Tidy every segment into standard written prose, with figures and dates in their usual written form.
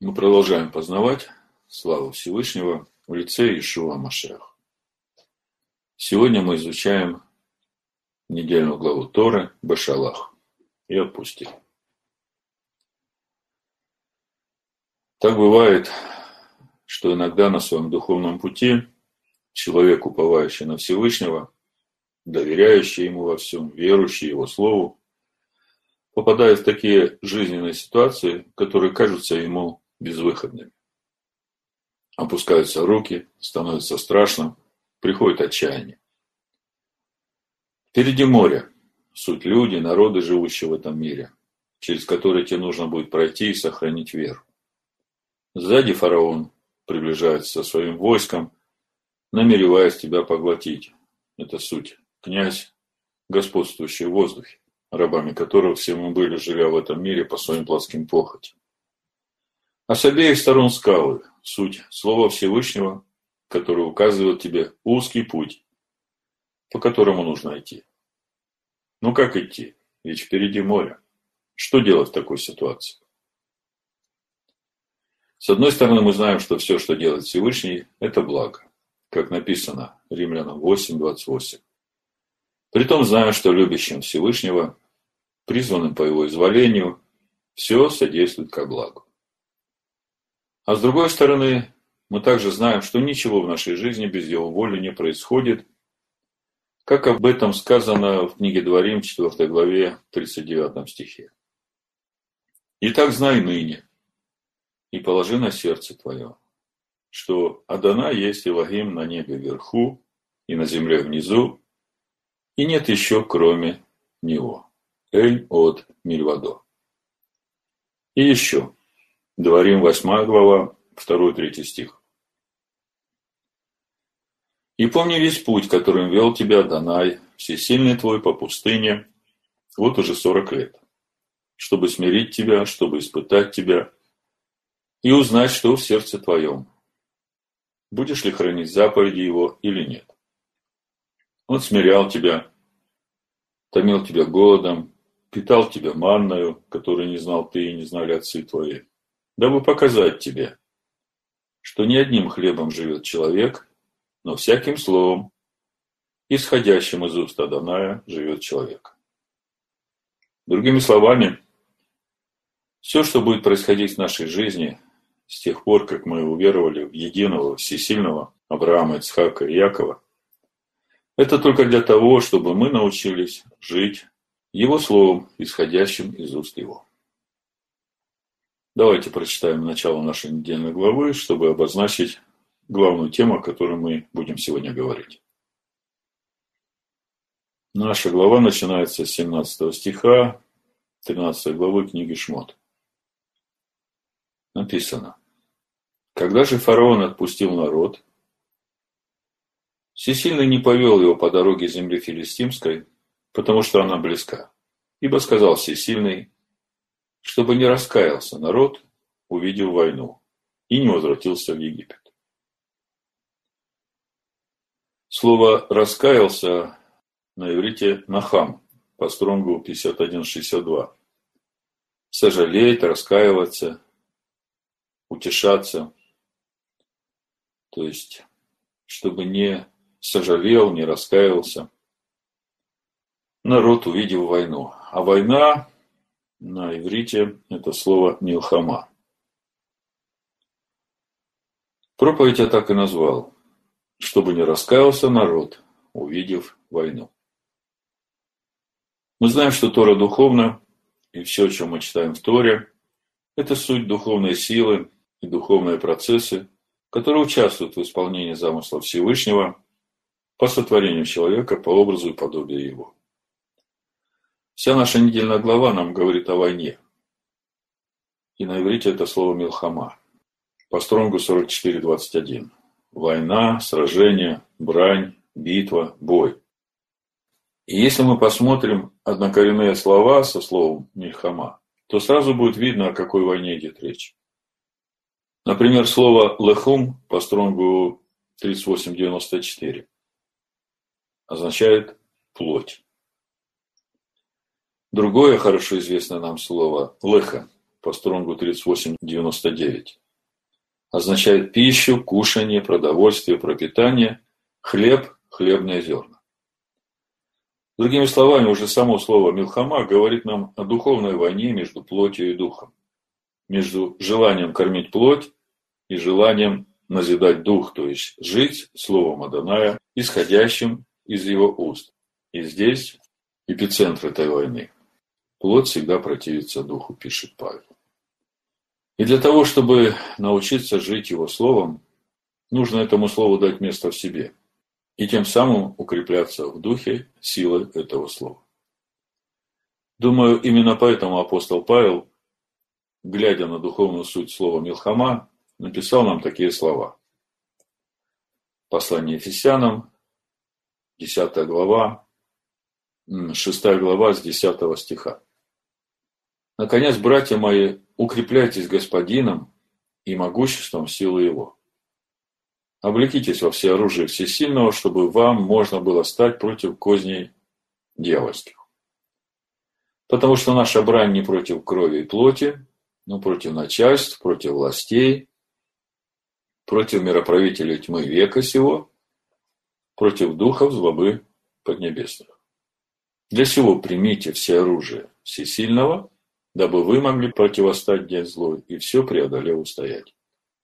Мы продолжаем познавать славу Всевышнего в лице Иешуа Машиаха. Сегодня мы изучаем недельную главу Торы Бешалах и отпусти. Так бывает, что иногда на своем духовном пути человек, уповающий на Всевышнего, доверяющий ему во всем, верующий его слову, попадает в такие жизненные ситуации, которые кажутся ему безвыходными. Опускаются руки, становится страшно, приходит отчаяние. Впереди море, суть люди, народы, живущие в этом мире, через которые тебе нужно будет пройти и сохранить веру. Сзади фараон приближается со своим войском, намереваясь тебя поглотить. Это суть. Князь, господствующий в воздухе, рабами которого все мы были, живя в этом мире по своим плотским похотям. А с обеих сторон скалы, суть слова Всевышнего, который указывает тебе узкий путь, по которому нужно идти. Ну как идти? Ведь впереди море. Что делать в такой ситуации? С одной стороны, мы знаем, что все, что делает Всевышний, это благо. Как написано Римлянам 8:28. Притом знаем, что любящим Всевышнего, призванным по его изволению, все содействует ко благу. А с другой стороны, мы также знаем, что ничего в нашей жизни без его воли не происходит, как об этом сказано в книге Дворим, 4 главе, 39 стихе. «Итак, знай ныне, и положи на сердце твое, что Адонай есть Элохим на небе вверху и на земле внизу, и нет еще кроме него. Эль от Мильвадо». И еще. Дворим 8 глава, 2-3 стих. «И помни весь путь, которым вел тебя Адонай, всесильный твой по пустыне, вот уже 40 лет, чтобы смирить тебя, чтобы испытать тебя и узнать, что в сердце твоем. Будешь ли хранить заповеди его или нет? Он смирял тебя, томил тебя голодом, питал тебя манною, которую не знал ты и не знали отцы твои, дабы показать тебе, что не одним хлебом живет человек, но всяким словом, исходящим из уст Адоная, живет человек». Другими словами, все, что будет происходить в нашей жизни с тех пор, как мы уверовали в единого, всесильного Авраама, Ицхака и Якова, это только для того, чтобы мы научились жить его словом, исходящим из уст его. Давайте прочитаем начало нашей недельной главы, чтобы обозначить главную тему, о которой мы будем сегодня говорить. Наша глава начинается с 17 стиха 13 главы книги Шмот. Написано: «Когда же фараон отпустил народ, Всесильный не повел его по дороге земли филистимской, потому что она близка. Ибо сказал Всесильный, чтобы не раскаялся народ, увидев войну, и не возвратился в Египет». Слово «раскаялся» на иврите «нахам» по Стронгу 51.62. Сожалеть, раскаиваться, утешаться. То есть, чтобы не сожалел, не раскаивался. Народ увидел войну. А война на иврите это слово «милхама». Проповедь я так и назвал: чтобы не раскаялся народ, увидев войну. Мы знаем, что Тора духовна, и все, о чем мы читаем в Торе, это суть духовной силы и духовные процессы, которые участвуют в исполнении замысла Всевышнего по сотворению человека по образу и подобию его. Вся наша недельная глава нам говорит о войне. И на иврите это слово «милхама». По Стронгу 44.21. Война, сражение, брань, битва, бой. И если мы посмотрим однокоренные слова со словом «мильхама», то сразу будет видно, о какой войне идет речь. Например, слово «лехум» по Стронгу 38.94 означает «плоть». Другое хорошо известное нам слово «леха» по Стронгу 3899. Означает пищу, кушание, продовольствие, пропитание, хлеб, хлебные зерна. Другими словами, уже само слово «милхама» говорит нам о духовной войне между плотью и духом, между желанием кормить плоть и желанием назидать дух, то есть жить словом Адоная, исходящим из его уст. И здесь эпицентр этой войны. Плоть всегда противится духу, пишет Павел. И для того, чтобы научиться жить его словом, нужно этому слову дать место в себе. И тем самым укрепляться в духе силой этого слова. Думаю, именно поэтому апостол Павел, глядя на духовную суть слова «милхама», написал нам такие слова. Послание Ефесянам, 10 глава, 6 глава с 10 стиха. Наконец, братья мои, укрепляйтесь Господином и могуществом силы Его. Облекитесь во всеоружие всесильного, чтобы вам можно было стать против козней дьявольских. Потому что наша брань не против крови и плоти, но против начальств, против властей, против мироправителей тьмы века сего, против духов злобы поднебесных. Для сего примите все оружие всесильного, дабы вы могли противостать день злой и все преодолев устоять.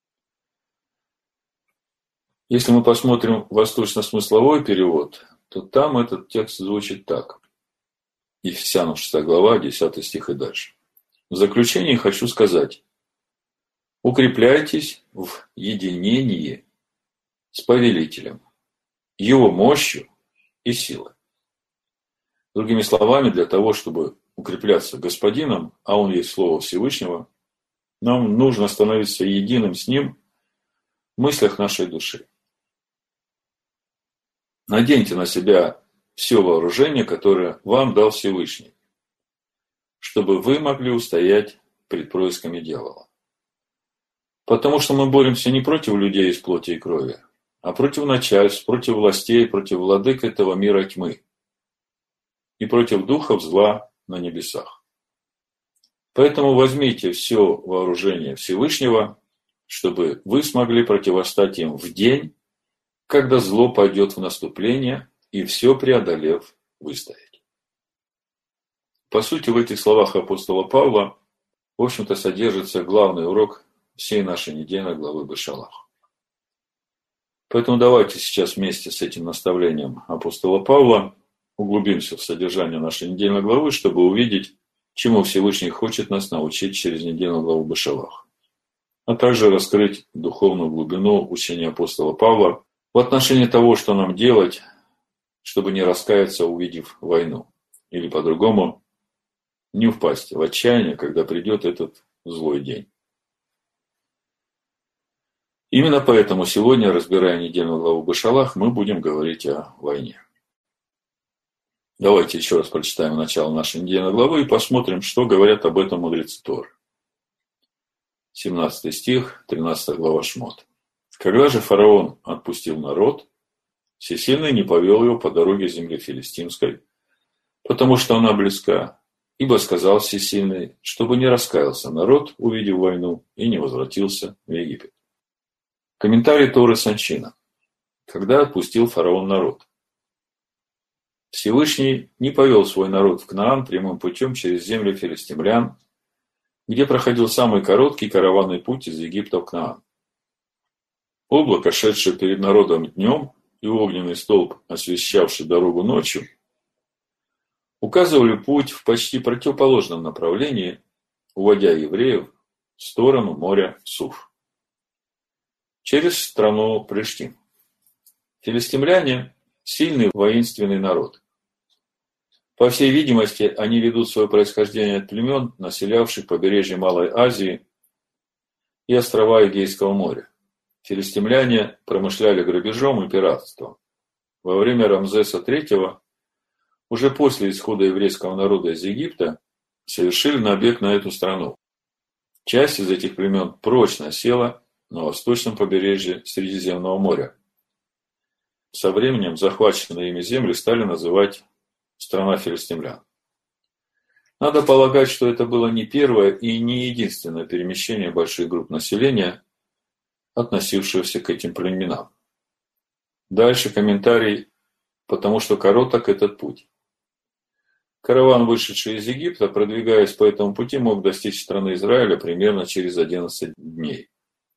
Если мы посмотрим восточно-смысловой перевод, то там этот текст звучит так. Ефесянам 6 глава, 10 стих и дальше. В заключение хочу сказать. Укрепляйтесь в единении с повелителем, его мощью и силой. Другими словами, для того, чтобы укрепляться Господином, а Он есть Слово Всевышнего, нам нужно становиться единым с Ним в мыслях нашей души. Наденьте на себя все вооружение, которое вам дал Всевышний, чтобы вы могли устоять пред происками дьявола. Потому что мы боремся не против людей из плоти и крови, а против начальств, против властей, против владык этого мира тьмы и против духов зла на небесах. Поэтому возьмите все вооружение Всевышнего, чтобы вы смогли противостать им в день, когда зло пойдет в наступление, и все преодолев выстоять. По сути, в этих словах апостола Павла, в общем-то, содержится главный урок всей нашей недельной главы Бешалах. Поэтому давайте сейчас вместе с этим наставлением апостола Павла углубимся в содержание нашей недельной главы, чтобы увидеть, чему Всевышний хочет нас научить через недельную главу Бешалах, а также раскрыть духовную глубину учения апостола Павла в отношении того, что нам делать, чтобы не раскаяться, увидев войну, или по-другому, не впасть в отчаяние, когда придет этот злой день. Именно поэтому сегодня, разбирая недельную главу Бешалах, мы будем говорить о войне. Давайте еще раз прочитаем начало нашей недельной главы и посмотрим, что говорят об этом мудрецы Торы. 17 стих, 13 глава Шмот. Когда же фараон отпустил народ, Всесильный не повел его по дороге земли филистимской, потому что она близка, ибо сказал Всесильный, чтобы не раскаялся народ, увидев войну, и не возвратился в Египет. Комментарий Торы Санчина. Когда отпустил фараон народ? Всевышний не повел свой народ в Кнаан прямым путем через землю филистимлян, где проходил самый короткий караванный путь из Египта в Кнаан. Облако, шедшее перед народом днем, и огненный столб, освещавший дорогу ночью, указывали путь в почти противоположном направлении, уводя евреев в сторону моря Суф, через страну Плештим. Филистимляне – сильный воинственный народ. По всей видимости, они ведут свое происхождение от племен, населявших побережье Малой Азии и острова Эгейского моря. Филистимляне промышляли грабежом и пиратством. Во время Рамзеса III, уже после исхода еврейского народа из Египта, совершили набег на эту страну. Часть из этих племен прочно села на восточном побережье Средиземного моря. Со временем захваченные ими земли стали называть страна филистимлян. Надо полагать, что это было не первое и не единственное перемещение больших групп населения, относившегося к этим племенам. Дальше комментарий, потому что короток этот путь. Караван, вышедший из Египта, продвигаясь по этому пути, мог достичь страны Израиля примерно через 11 дней.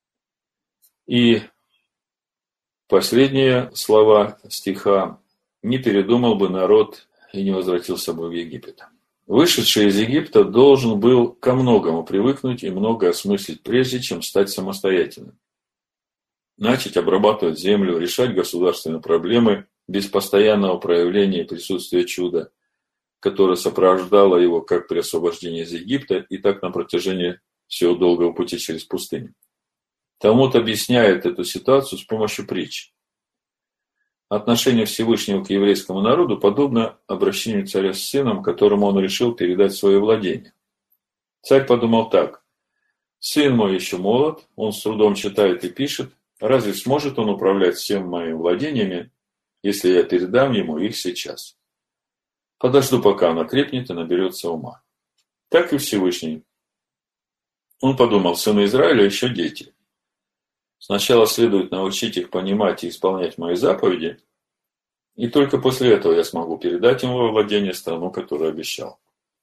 И последние слова стиха: «Не передумал бы народ и не возвратился бы в Египет». Вышедший из Египта должен был ко многому привыкнуть и многое осмыслить, прежде чем стать самостоятельным. Начать обрабатывать землю, решать государственные проблемы без постоянного проявления и присутствия чуда, которое сопровождало его как при освобождении из Египта, и так на протяжении всего долгого пути через пустыню. Талмуд объясняет эту ситуацию с помощью притч. Отношение Всевышнего к еврейскому народу подобно обращению царя с сыном, которому он решил передать свое владение. Царь подумал так: «Сын мой еще молод, он с трудом читает и пишет. Разве сможет он управлять всеми моими владениями, если я передам ему их сейчас? Подожду, пока он окрепнет и наберется ума». Так и Всевышний. Он подумал: сыны Израиля еще дети. Сначала следует научить их понимать и исполнять мои заповеди, и только после этого я смогу передать им во владение страну, которую обещал.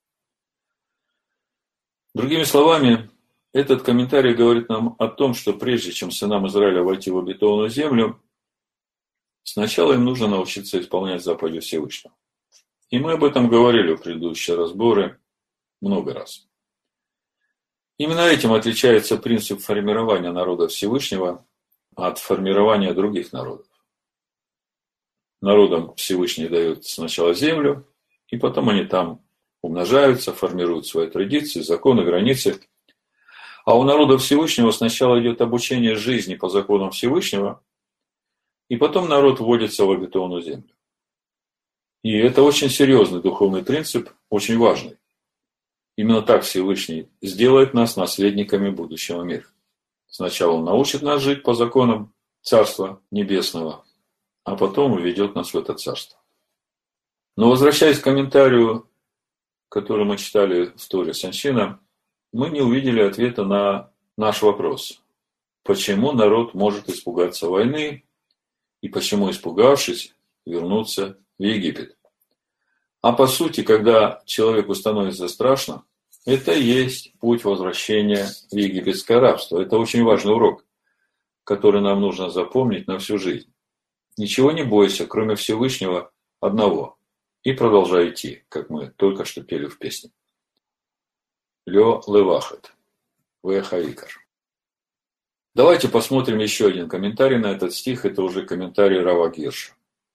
Другими словами, этот комментарий говорит нам о том, что прежде чем сынам Израиля войти в обетованную землю, сначала им нужно научиться исполнять заповеди Всевышнего. И мы об этом говорили в предыдущие разборы много раз. Именно этим отличается принцип формирования народа Всевышнего от формирования других народов. Народам Всевышний дает сначала землю, и потом они там умножаются, формируют свои традиции, законы, границы. А у народа Всевышнего сначала идет обучение жизни по законам Всевышнего, и потом народ вводится в обетованную землю. И это очень серьезный духовный принцип, очень важный. Именно так Всевышний сделает нас наследниками будущего мира. Сначала Он научит нас жить по законам Царства Небесного, а потом введет нас в это царство. Но возвращаясь к комментарию, который мы читали в Торе Саншина, мы не увидели ответа на наш вопрос. Почему народ может испугаться войны и почему, испугавшись, вернуться в Египет? А по сути, когда человеку становится страшно, это и есть путь возвращения в египетское рабство. Это очень важный урок, который нам нужно запомнить на всю жизнь. Ничего не бойся, кроме Всевышнего одного. И продолжай идти, как мы только что пели в песне. Лё левахет. Вехаикар. Давайте посмотрим еще один комментарий на этот стих. Это уже комментарий Рава Гирша.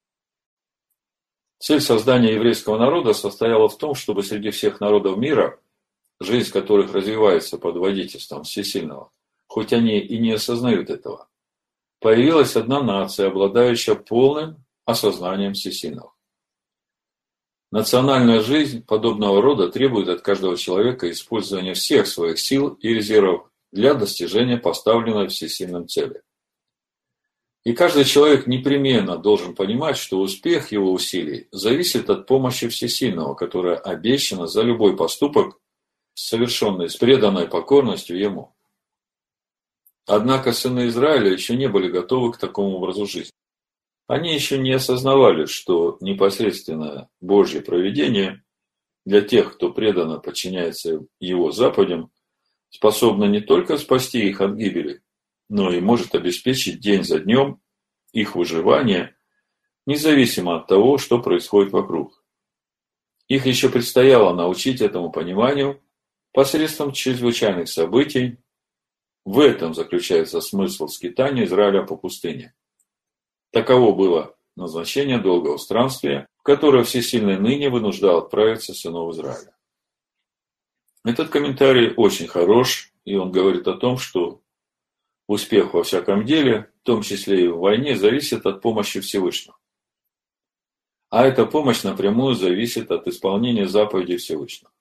Цель создания еврейского народа состояла в том, чтобы среди всех народов мира, жизнь которых развивается под водительством Всесильного, хоть они и не осознают этого, появилась одна нация, обладающая полным осознанием Всесильного. Национальная жизнь подобного рода требует от каждого человека использования всех своих сил и резервов для достижения поставленной Всесильным цели. И каждый человек непременно должен понимать, что успех его усилий зависит от помощи Всесильного, которая обещана за любой поступок, совершенный с преданной покорностью Ему. Однако сыны Израиля еще не были готовы к такому образу жизни. Они еще не осознавали, что непосредственное Божье провидение для тех, кто преданно подчиняется Его заповедям, способно не только спасти их от гибели, но и может обеспечить день за днем их выживание, независимо от того, что происходит вокруг. Их еще предстояло научить этому пониманию посредством чрезвычайных событий. В этом заключается смысл скитания Израиля по пустыне. Таково было назначение долгого странствия, в которое Всесильный ныне вынуждал отправиться сынов Израиля. Этот комментарий очень хорош, и он говорит о том, что успех во всяком деле, в том числе и в войне, зависит от помощи Всевышнего. А эта помощь напрямую зависит от исполнения заповедей Всевышнего.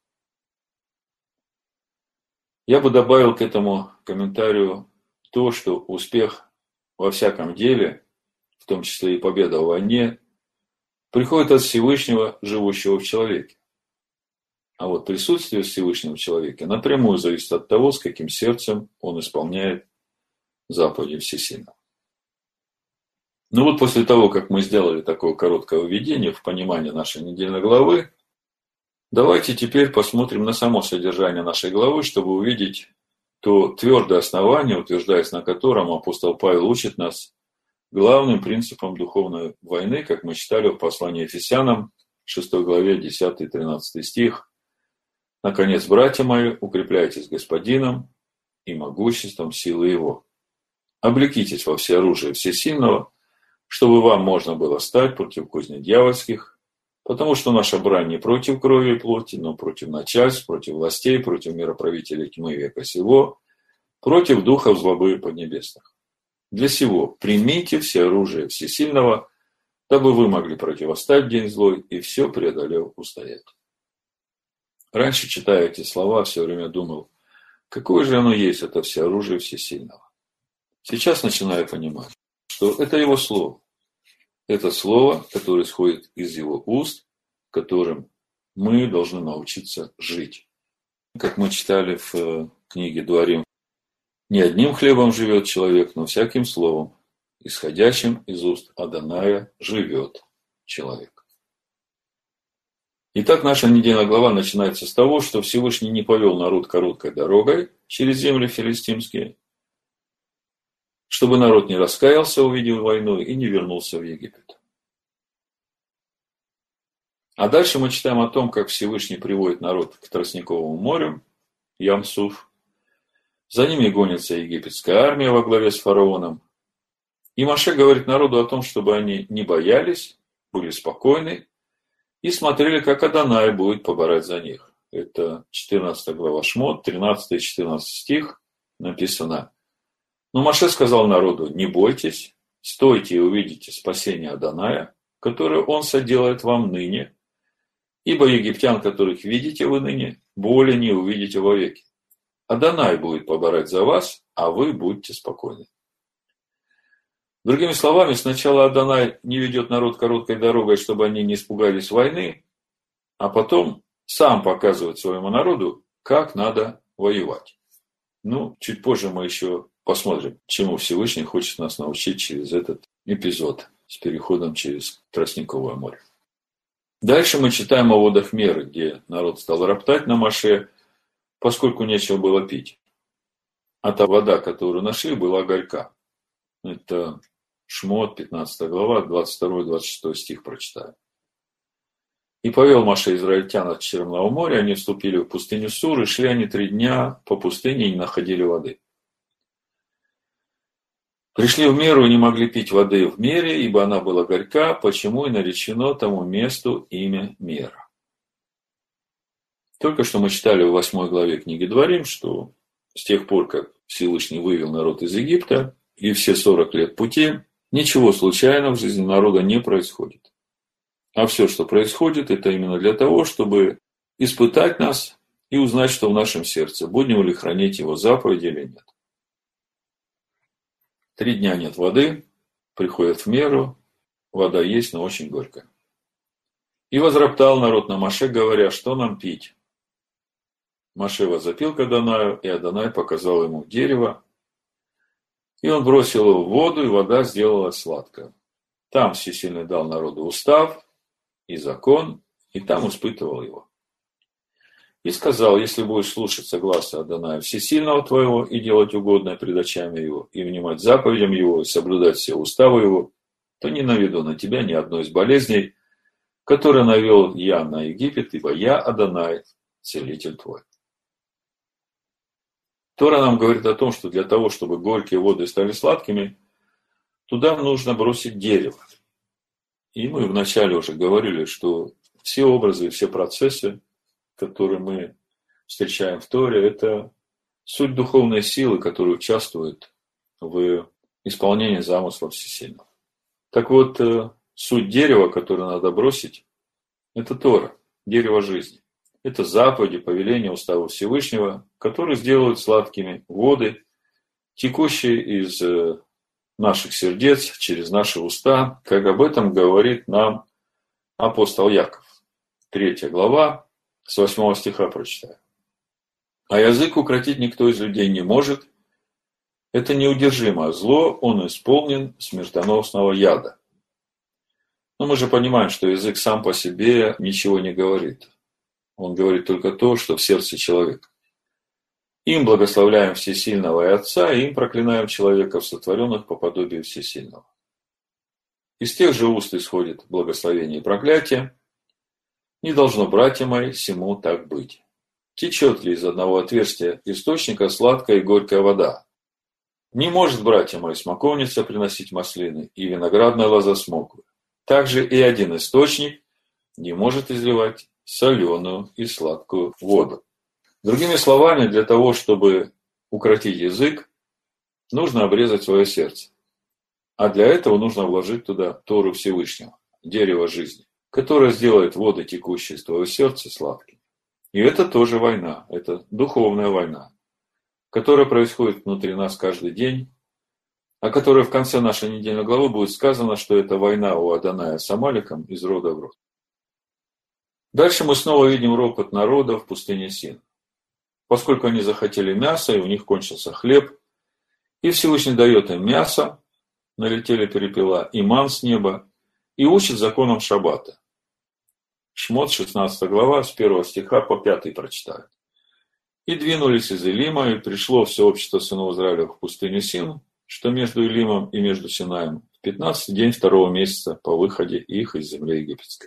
Я бы добавил к этому комментарию то, что успех во всяком деле, в том числе и победа в войне, приходит от Всевышнего, живущего в человеке. А вот присутствие Всевышнего в человеке напрямую зависит от того, с каким сердцем он исполняет заповеди Всесильного. Ну вот после того, как мы сделали такое короткое введение в понимание нашей недельной главы, давайте теперь посмотрим на само содержание нашей главы, чтобы увидеть то твердое основание, утверждаясь на котором апостол Павел учит нас главным принципом духовной войны, как мы читали в послании Ефесянам, 6 главе, 10-13 стих. «Наконец, братья мои, укрепляйтесь Господином и могуществом силы Его. Облекитесь во всеоружие Всесильного, чтобы вам можно было стать против козней дьявольских, потому что наша брань не против крови и плоти, но против начальств, против властей, против мироправителей тьмы века сего, против духов злобы поднебесных. Для сего примите все оружие Всесильного, дабы вы могли противостать в день злой и все преодолев устоять». Раньше, читая эти слова, все время думал, какое же оно есть, это всеоружие Всесильного. Сейчас начинаю понимать, что это его слово. Это слово, которое исходит из его уст, которым мы должны научиться жить. Как мы читали в книге Дуарим, не одним хлебом живет человек, но всяким словом, исходящим из уст Адоная, живет человек. Итак, наша недельная глава начинается с того, что Всевышний не повел народ короткой дорогой через земли филистимские, чтобы народ не раскаялся, увидев войну, и не вернулся в Египет. А дальше мы читаем о том, как Всевышний приводит народ к Тростниковому морю, Ям-Суф. За ними гонится египетская армия во главе с фараоном. И Моше говорит народу о том, чтобы они не боялись, были спокойны и смотрели, как Адонай будет поборать за них. Это 14 глава Шмот, 13 и 14 стих написано. Но Моше сказал народу: не бойтесь, стойте и увидите спасение Адоная, которое он соделает вам ныне, ибо египтян, которых видите вы ныне, более не увидите вовеки. Адонай будет поборать за вас, а вы будьте спокойны. Другими словами, сначала Адонай не ведет народ короткой дорогой, чтобы они не испугались войны, а потом сам показывает своему народу, как надо воевать. Ну, чуть позже мы еще посмотрим, чему Всевышний хочет нас научить через этот эпизод с переходом через Тростниковое море. Дальше мы читаем о водах Меры, где народ стал роптать на Моше, поскольку нечего было пить. А та вода, которую нашли, была горька. Это Шмот, 15 глава, 22-26 стих прочитаю. «И повел Моше израильтян от Черного моря, они вступили в пустыню Сур, и шли они 3 дня по пустыне и не находили воды. Пришли в Меру и не могли пить воды в Мере, ибо она была горька, почему и наречено тому месту имя Мера». Только что мы читали в 8 главе книги Дворим, что с тех пор, как Всевышний вывел народ из Египта, и все 40 лет пути, ничего случайного в жизни народа не происходит. А все, что происходит, это именно для того, чтобы испытать нас и узнать, что в нашем сердце, будем ли хранить его заповеди или нет. 3 дня нет воды, приходят в Меру, вода есть, но очень горькая. «И возроптал народ на Моше, говоря, что нам пить? Моше возопил к Адонаю, и Адонай показал ему дерево, и он бросил его в воду, и вода сделалась сладкой. Там Всесильный дал народу устав и закон, и там испытывал его. И сказал: если будешь слушаться гласа Адоная Всесильного твоего и делать угодное пред очами его, и внимать заповедям его, и соблюдать все уставы его, то не наведу на тебя ни одной из болезней, которые навел я на Египет, ибо я Адонай, целитель твой». Тора нам говорит о том, что для того, чтобы горькие воды стали сладкими, туда нужно бросить дерево. И мы вначале уже говорили, что все образы и все процессы, которые мы встречаем в Торе, это суть духовной силы, которая участвует в исполнении замысла Всесильного. Так вот, суть дерева, которое надо бросить, это Тора, дерево жизни. Это заповеди, повеления, уставы Всевышнего, которые сделают сладкими воды, текущие из наших сердец, через наши уста, как об этом говорит нам апостол Яков. 3 глава, С 8 стиха прочитаю. «А язык укротить никто из людей не может. Это неудержимое зло, он исполнен смертоносного яда». Но мы же понимаем, что язык сам по себе ничего не говорит. Он говорит только то, что в сердце человека. Им благословляем Всесильного и Отца, и им проклинаем человеков, сотворенных по подобию Всесильного. Из тех же уст исходит благословение и проклятие. Не должно, братья мои, сему так быть. Течет ли из одного отверстия источника сладкая и горькая вода? Не может, братья мои, смоковница приносить маслины, и виноградная лоза смоквы. Также и один источник не может изливать соленую и сладкую воду. Другими словами, для того, чтобы укротить язык, нужно обрезать свое сердце. А для этого нужно вложить туда Тору Всевышнего, дерево жизни, которое сделает воды, текущие из твоего сердца, сладкими. И это тоже война, это духовная война, которая происходит внутри нас каждый день, о которой в конце нашей недельной главы будет сказано, что это война у Адоная с Амаликом из рода в род. Дальше мы снова видим ропот народа в пустыне Син. Поскольку они захотели мяса, и у них кончился хлеб, и Всевышний дает им мясо, налетели перепела, и ман с неба, и учит законам шаббата. Шмот, 16 глава, с 1 стиха по 5 прочитаю. «И двинулись из Илима, и пришло все общество сынов Израилевых в пустыню Син, что между Илимом и между Синаем, в 15-й день 2-го месяца по выходе их из земли египетской.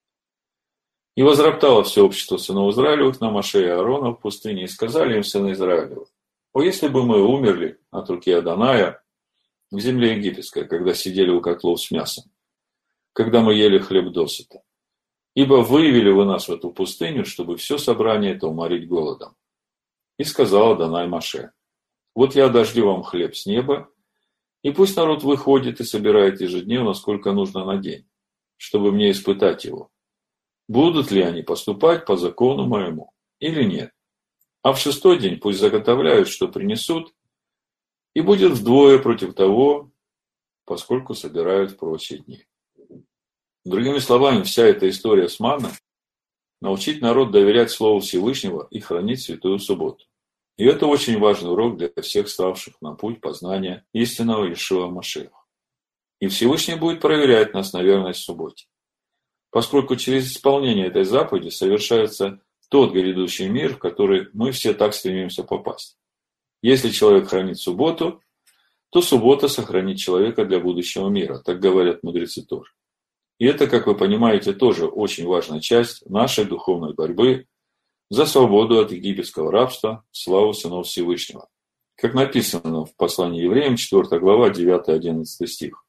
И возроптало все общество сынов Израилевых на Моше и Аарона в пустыне, и сказали им сыны Израилевы: о, если бы мы умерли от руки Адоная в земле египетской, когда сидели у котлов с мясом, когда мы ели хлеб досыта. Ибо вывели вы нас в эту пустыню, чтобы все собрание это уморить голодом. И сказал Адонай Моше: вот я дождю вам хлеб с неба, и пусть народ выходит и собирает ежедневно, сколько нужно на день, чтобы мне испытать его. Будут ли они поступать по закону моему или нет? А в 6-й день пусть заготовляют, что принесут, и будет вдвое против того, поскольку собирают в прочие дни. Другими словами, вся эта история с манной – научить народ доверять Слову Всевышнего и хранить святую субботу. И это очень важный урок для всех ставших на путь познания истинного Иешуа Машиаха. И Всевышний будет проверять нас на верность субботе, поскольку через исполнение этой заповеди совершается тот грядущий мир, в который мы все так стремимся попасть. Если человек хранит субботу, то суббота сохранит человека для будущего мира, так говорят мудрецы Торы. И это, как вы понимаете, тоже очень важная часть нашей духовной борьбы за свободу от египетского рабства в славу сынов Всевышнего. Как написано в послании Евреям, 4 глава, 9-11 стих.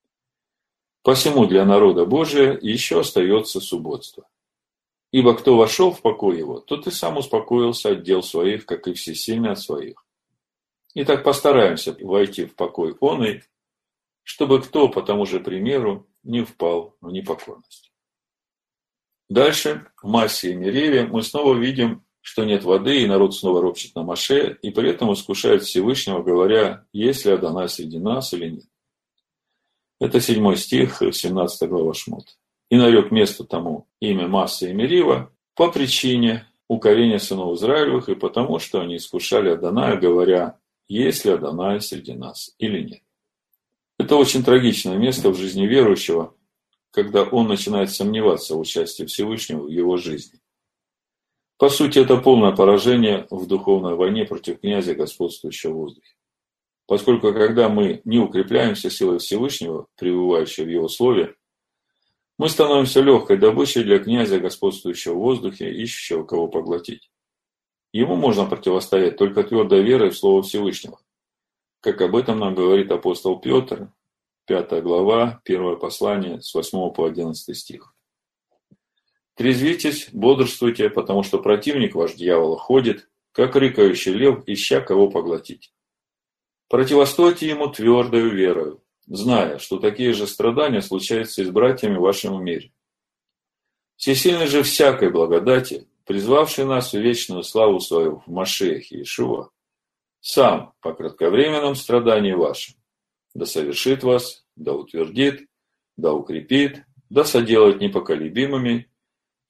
«Посему для народа Божия еще остается субботство. Ибо кто вошел в покой его, тот и сам успокоился от дел своих, как и всесильный от своих. Итак, постараемся войти в покой оный, чтобы кто по тому же примеру не впал в непокорность». Дальше, в Массе и Мериве, мы снова видим, что нет воды, и народ снова ропщет на Моше, и при этом искушает Всевышнего, говоря, есть ли Адонай среди нас или нет. Это 7 стих, 17 глава Шмот. «И нарек место тому имя Масса и Мерива по причине укорения сынов Израилевых и потому, что они искушали Адоная, говоря, есть ли Адонай среди нас или нет». Это очень трагичное место в жизни верующего, когда он начинает сомневаться в участии Всевышнего в его жизни. По сути, это полное поражение в духовной войне против князя, господствующего в воздухе. Поскольку, когда мы не укрепляемся силой Всевышнего, пребывающей в его слове, мы становимся легкой добычей для князя, господствующего в воздухе, ищущего кого поглотить. Ему можно противостоять только твердой верой в Слово Всевышнего, как об этом нам говорит апостол Петр, 5 глава, 1 послание, с 8 по 11 стих. «Трезвитесь, бодрствуйте, потому что противник ваш дьявола ходит, как рыкающий лев, ища кого поглотить. Противостойте ему твердою верою, зная, что такие же страдания случаются и с братьями в вашем мире. Всесильный же всякой благодати, призвавший нас в вечную славу свою в Машиахе Иешуа, сам по кратковременном страдании вашем, да совершит вас, да утвердит, да укрепит, да соделает непоколебимыми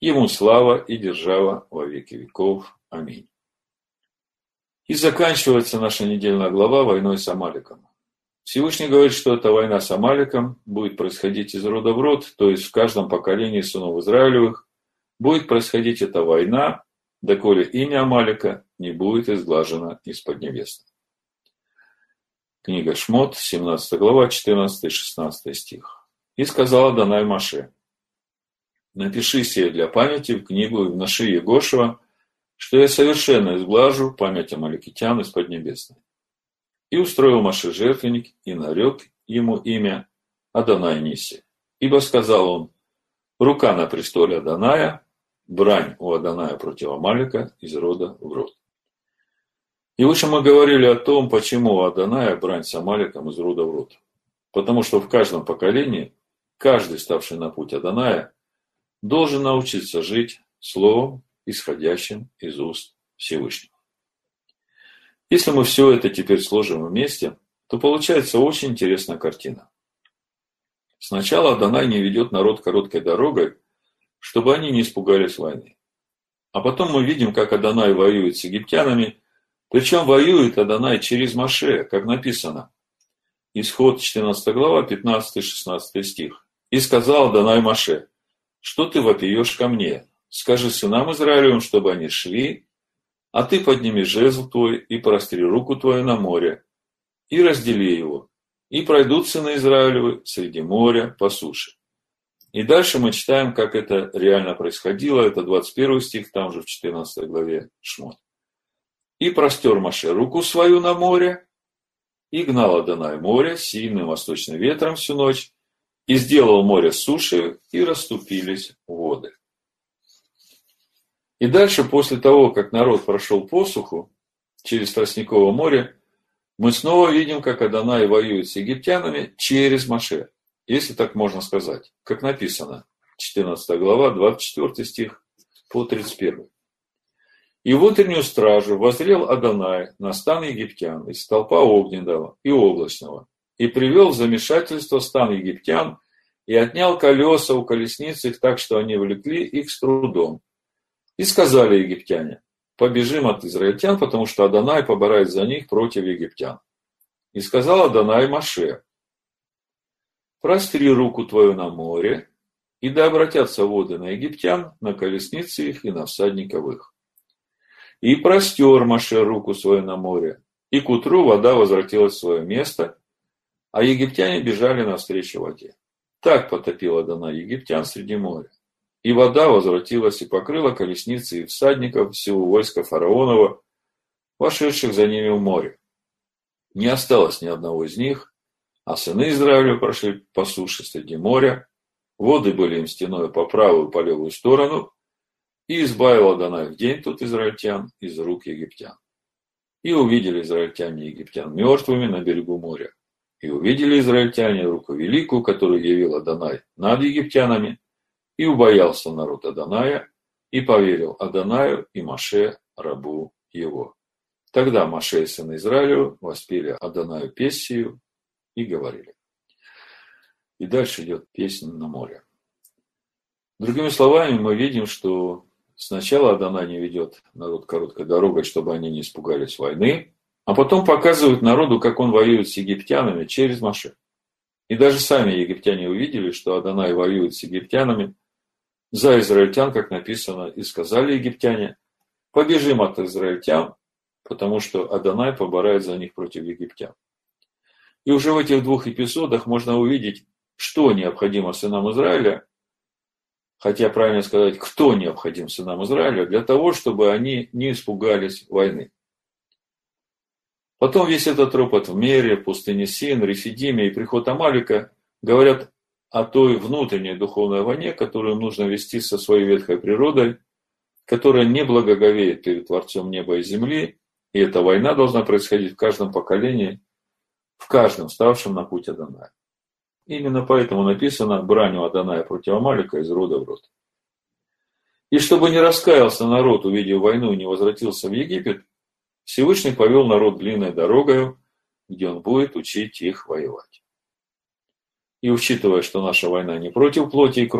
Ему слава и держава во веки веков. Аминь. И заканчивается наша недельная глава войной с Амалеком. Всевышний говорит, что эта война с Амалеком будет происходить из рода в род, то есть в каждом поколении сынов Израилевых будет происходить эта война, доколе имя Амалека не будет изглажено из Поднебесной. Книга Шмот, 17 глава, 14-16 стих. «И сказал Адонай Моше: напиши сие для памяти в книгу и вноши Егошева, что я совершенно изглажу память амаликитян из Поднебесной. И устроил Моше жертвенник, и нарек ему имя Адонай Ниси. Ибо сказал он: рука на престоле Адоная, брань у Адоная против Амалека из рода в род». И выше мы говорили о том, почему у Адоная брань с Амалеком из рода в род. Потому что в каждом поколении каждый, ставший на путь Адоная, должен научиться жить словом, исходящим из уст Всевышнего. Если мы все это теперь сложим вместе, то получается очень интересная картина. Сначала Адонай не ведет народ короткой дорогой, чтобы они не испугались войны. А потом мы видим, как Адонай воюет с египтянами, причем воюет Адонай через Моше, как написано. Исход 14 глава, 15-16 стих. «И сказал Адонай Моше: что ты вопиешь ко мне? Скажи сынам Израилевым, чтобы они шли, а ты подними жезл твой и простри руку твою на море, и раздели его, и пройдут сыны Израилевы среди моря по суше». И дальше мы читаем, как это реально происходило. Это 21 стих, там же в 14 главе Шмот. «И простер Моше руку свою на море, и гнал Адонай море сильным восточным ветром всю ночь, и сделал море сушей, и расступились воды». И дальше, после того, как народ прошел посуху через Тростниковое море, мы снова видим, как Адонай воюет с египтянами через Моше, если так можно сказать, как написано, 14 глава, 24 стих по 31. «И в утреннюю стражу воззрел Адонай на стан египтян из столпа огненного и облачного, и привел в замешательство стан египтян, и отнял колеса у колесниц их так, что они влекли их с трудом. И сказали египтяне: побежим от израильтян, потому что Адонай поборает за них против египтян. И сказал Адонай Моше: простри руку твою на море, и да обратятся воды на египтян, на колесницы их и на всадников их. И простер Моше руку свою на море, и к утру вода возвратилась в свое место, а египтяне бежали навстречу воде. Так потопил Адонай египтян среди моря. И вода возвратилась и покрыла колесницы и всадников всего войска фараонова, вошедших за ними в море. Не осталось ни одного из них, а сыны Израиля прошли по суше среди моря, воды были им стеной по правую и по левую сторону, и избавил Адонай в день тут израильтян из рук египтян. И увидели израильтяне египтян мертвыми на берегу моря. И увидели израильтяне руку великую, которую явил Адонай над египтянами, и убоялся народ Адоная, и поверил Адонаю и Моше, рабу его. Тогда Моше и сыны Израилю воспели Адонаю песню и говорили. И дальше идет песня на море. Другими словами, мы видим, что сначала Адонай не ведет народ короткой дорогой, чтобы они не испугались войны, а потом показывает народу, как он воюет с египтянами через Моше. И даже сами египтяне увидели, что Адонай воюет с египтянами за израильтян, как написано, и сказали египтяне: побежим от израильтян, потому что Адонай поборает за них против египтян. И уже в этих двух эпизодах можно увидеть, что необходимо сынам Израиля, хотя правильно сказать, кто необходим сынам Израиля, для того, чтобы они не испугались войны. Потом весь этот ропот в Мере, пустыне Син, Рефидиме и приход Амалика говорят о той внутренней духовной войне, которую нужно вести со своей ветхой природой, которая не благоговеет перед Творцом неба и земли, и эта война должна происходить в каждом поколении, в каждом ставшем на путь Адоная. Именно поэтому написано «брань у Адоная против Амалика из рода в род». И чтобы не раскаялся народ, увидев войну, и не возвратился в Египет, Всевышний повел народ длинной дорогою, где он будет учить их воевать. И учитывая, что наша война не против плоти и крови,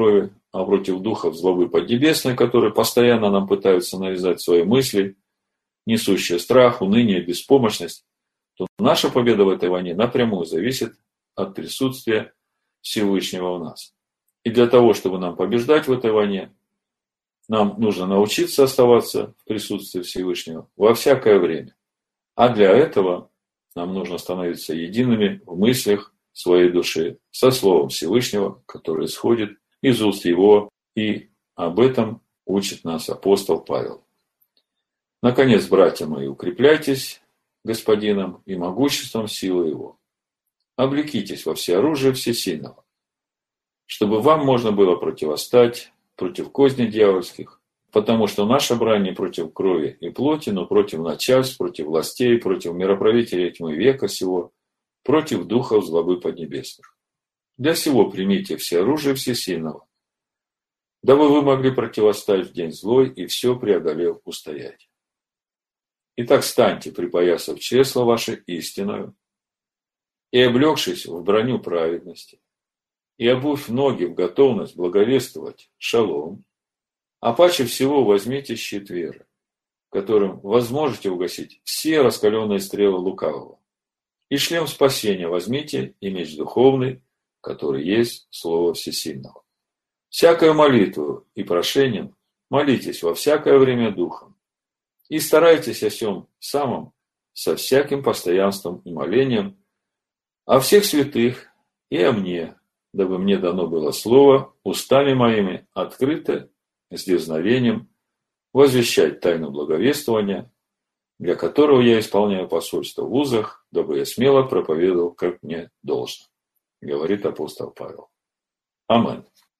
а против духов злобы поднебесной, которые постоянно нам пытаются навязать свои мысли, несущие страх, уныние, беспомощность, то наша победа в этой войне напрямую зависит от присутствия Всевышнего в нас. И для того, чтобы нам побеждать в этой войне, нам нужно научиться оставаться в присутствии Всевышнего во всякое время. А для этого нам нужно становиться едиными в мыслях своей души со Словом Всевышнего, которое исходит из уст Его, и об этом учит нас апостол Павел. Наконец, братья мои, укрепляйтесь Господином и могуществом силы Его. Облекитесь во всеоружие всесильного, чтобы вам можно было противостать против козней дьявольских, потому что наша брань не против крови и плоти, но против начальств, против властей, против мироправителей тьмы века сего, против духов злобы поднебесных. Для сего примите все оружие всесильного, дабы вы могли противостать в день злой и все преодолев устоять. Итак, станьте, припоясав чресло ваше истиною, и облегшись в броню праведности, и обувь ноги в готовность благовествовать шалом, а паче всего возьмите щит веры, которым возможете угасить все раскаленные стрелы лукавого, и шлем спасения возьмите и меч духовный, который есть Слово Всесильного. Всякою молитвою и прошением молитесь во всякое время Духом, и старайтесь о сем самом со всяким постоянством и молением о всех святых и о мне, дабы мне дано было слово устами моими открыто, с дерзновением, возвещать тайну благовествования, для которого я исполняю посольство в вузах, дабы я смело проповедовал, как мне должно, говорит апостол Павел. Аминь.